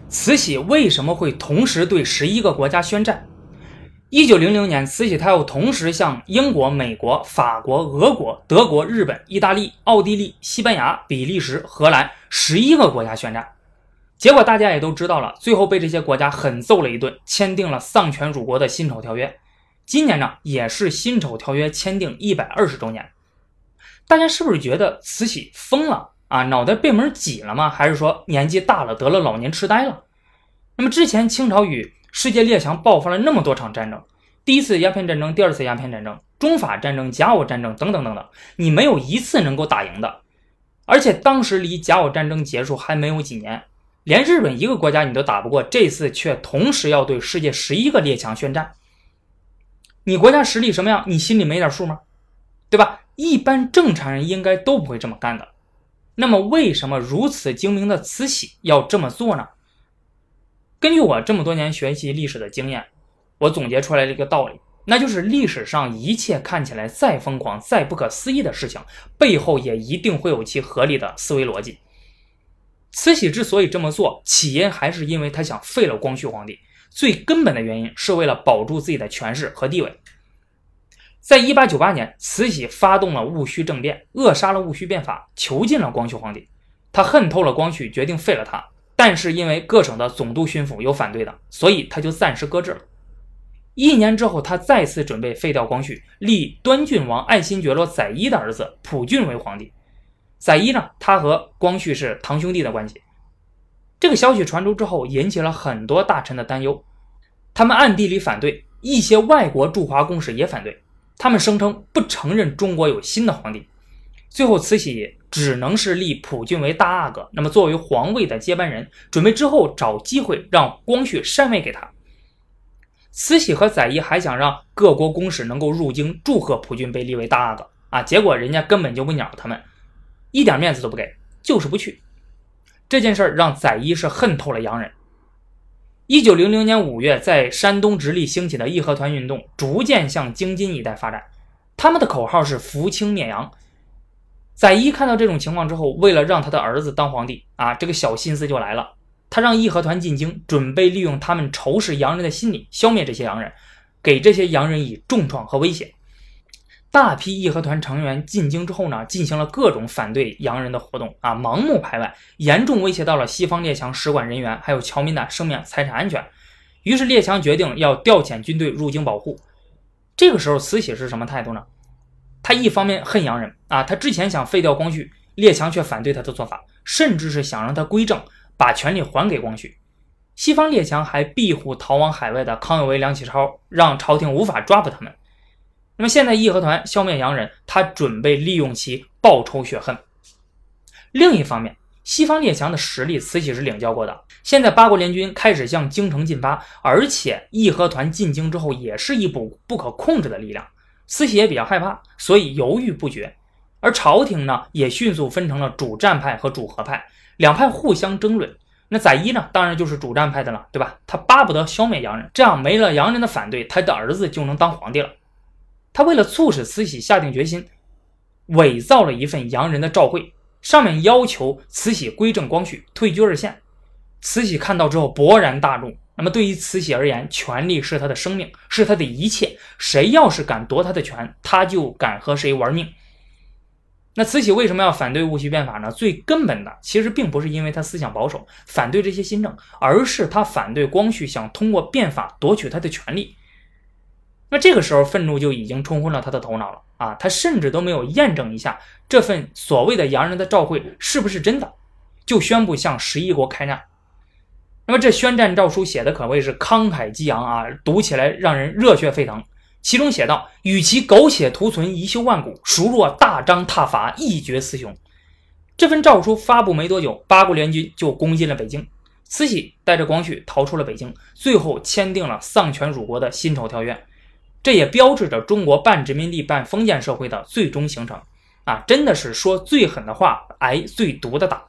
慈禧为什么会同时对11个国家宣战？1900年，慈禧太后同时向英国、美国、法国、俄国、德国、日本、意大利、奥地利、西班牙、比利时、荷兰11个国家宣战。结果大家也都知道了，最后被这些国家狠揍了一顿，签订了丧权辱国的辛丑条约。今年呢，也是辛丑条约签订120周年。大家是不是觉得慈禧疯了啊？脑袋被门挤了吗？还是说年纪大了得了老年痴呆了？那么之前清朝与世界列强爆发了那么多场战争，第一次鸦片战争，第二次鸦片战争，中法战争、甲午战争等等等等，你没有一次能够打赢的。而且当时离甲午战争结束还没有几年，连日本一个国家你都打不过，这次却同时要对世界11个列强宣战。你国家实力什么样，你心里没点数吗？对吧？一般正常人应该都不会这么干的。那么为什么如此精明的慈禧要这么做呢？根据我这么多年学习历史的经验，我总结出来了一个道理，那就是历史上一切看起来再疯狂、再不可思议的事情，背后也一定会有其合理的思维逻辑。慈禧之所以这么做，起因还是因为她想废了光绪皇帝，最根本的原因是为了保住自己的权势和地位。在1898年，慈禧发动了戊戌政变，扼杀了戊戌变法，囚禁了光绪皇帝。她恨透了光绪，决定废了他，但是因为各省的总督巡抚有反对的，所以他就暂时搁置了。1年之后，他再次准备废掉光绪，立端郡王爱新觉罗载一的儿子溥俊为皇帝。载一呢，他和光绪是堂兄弟的关系。这个消息传出之后，引起了很多大臣的担忧，他们暗地里反对，一些外国驻华公使也反对，他们声称不承认中国有新的皇帝。最后慈禧只能是立溥俊为大阿哥，那么作为皇位的接班人，准备之后找机会让光绪禅位给他。慈禧和载一还想让各国公使能够入京祝贺溥俊被立为大阿哥啊，结果人家根本就不鸟他们，一点面子都不给，就是不去。这件事让载一是恨透了洋人。1900年5月，在山东直隶兴起的义和团运动逐渐向京津一带发展，他们的口号是扶清灭洋。载一看到这种情况之后，为了让他的儿子当皇帝啊，这个小心思就来了，他让义和团进京，准备利用他们仇视洋人的心理，消灭这些洋人，给这些洋人以重创和威胁。大批义和团成员进京之后呢，进行了各种反对洋人的活动啊，盲目排外，严重威胁到了西方列强使馆人员还有侨民的生命财产安全。于是列强决定要调遣军队入京保护。这个时候慈禧是什么态度呢？他一方面恨洋人啊，他之前想废掉光绪，列强却反对他的做法，甚至是想让他归正，把权力还给光绪。西方列强还庇护逃往海外的康有为、梁启超，让朝廷无法抓捕他们。那么现在义和团消灭洋人，他准备利用其报仇雪恨。另一方面，西方列强的实力慈禧是领教过的，现在八国联军开始向京城进发，而且义和团进京之后也是一股不可控制的力量，慈禧也比较害怕，所以犹豫不决。而朝廷呢，也迅速分成了主战派和主和派，两派互相争论。那载一呢，当然就是主战派的了，对吧？他巴不得消灭洋人，这样没了洋人的反对，他的儿子就能当皇帝了。他为了促使慈禧下定决心，伪造了一份洋人的诏会，上面要求慈禧归正光绪，退居二线。慈禧看到之后勃然大怒，那么对于慈禧而言，权力是她的生命，是她的一切，谁要是敢夺她的权，她就敢和谁玩命。那慈禧为什么要反对戊戌变法呢？最根本的其实并不是因为她思想保守，反对这些新政，而是她反对光绪想通过变法夺取她的权利。那这个时候愤怒就已经冲昏了他的头脑了啊！他甚至都没有验证一下这份所谓的洋人的诏会是不是真的，就宣布向11国开战。那么这宣战诏书写的可谓是慷慨激昂啊，读起来让人热血沸腾。其中写道：与其苟且图存，贻修万古，孰若大章挞伐，一决雌雄。这份诏书发布没多久，八国联军就攻进了北京，慈禧带着光绪逃出了北京，最后签订了丧权辱国的辛丑条约。这也标志着中国半殖民地半封建社会的最终形成啊！真的是说最狠的话，挨最毒的打。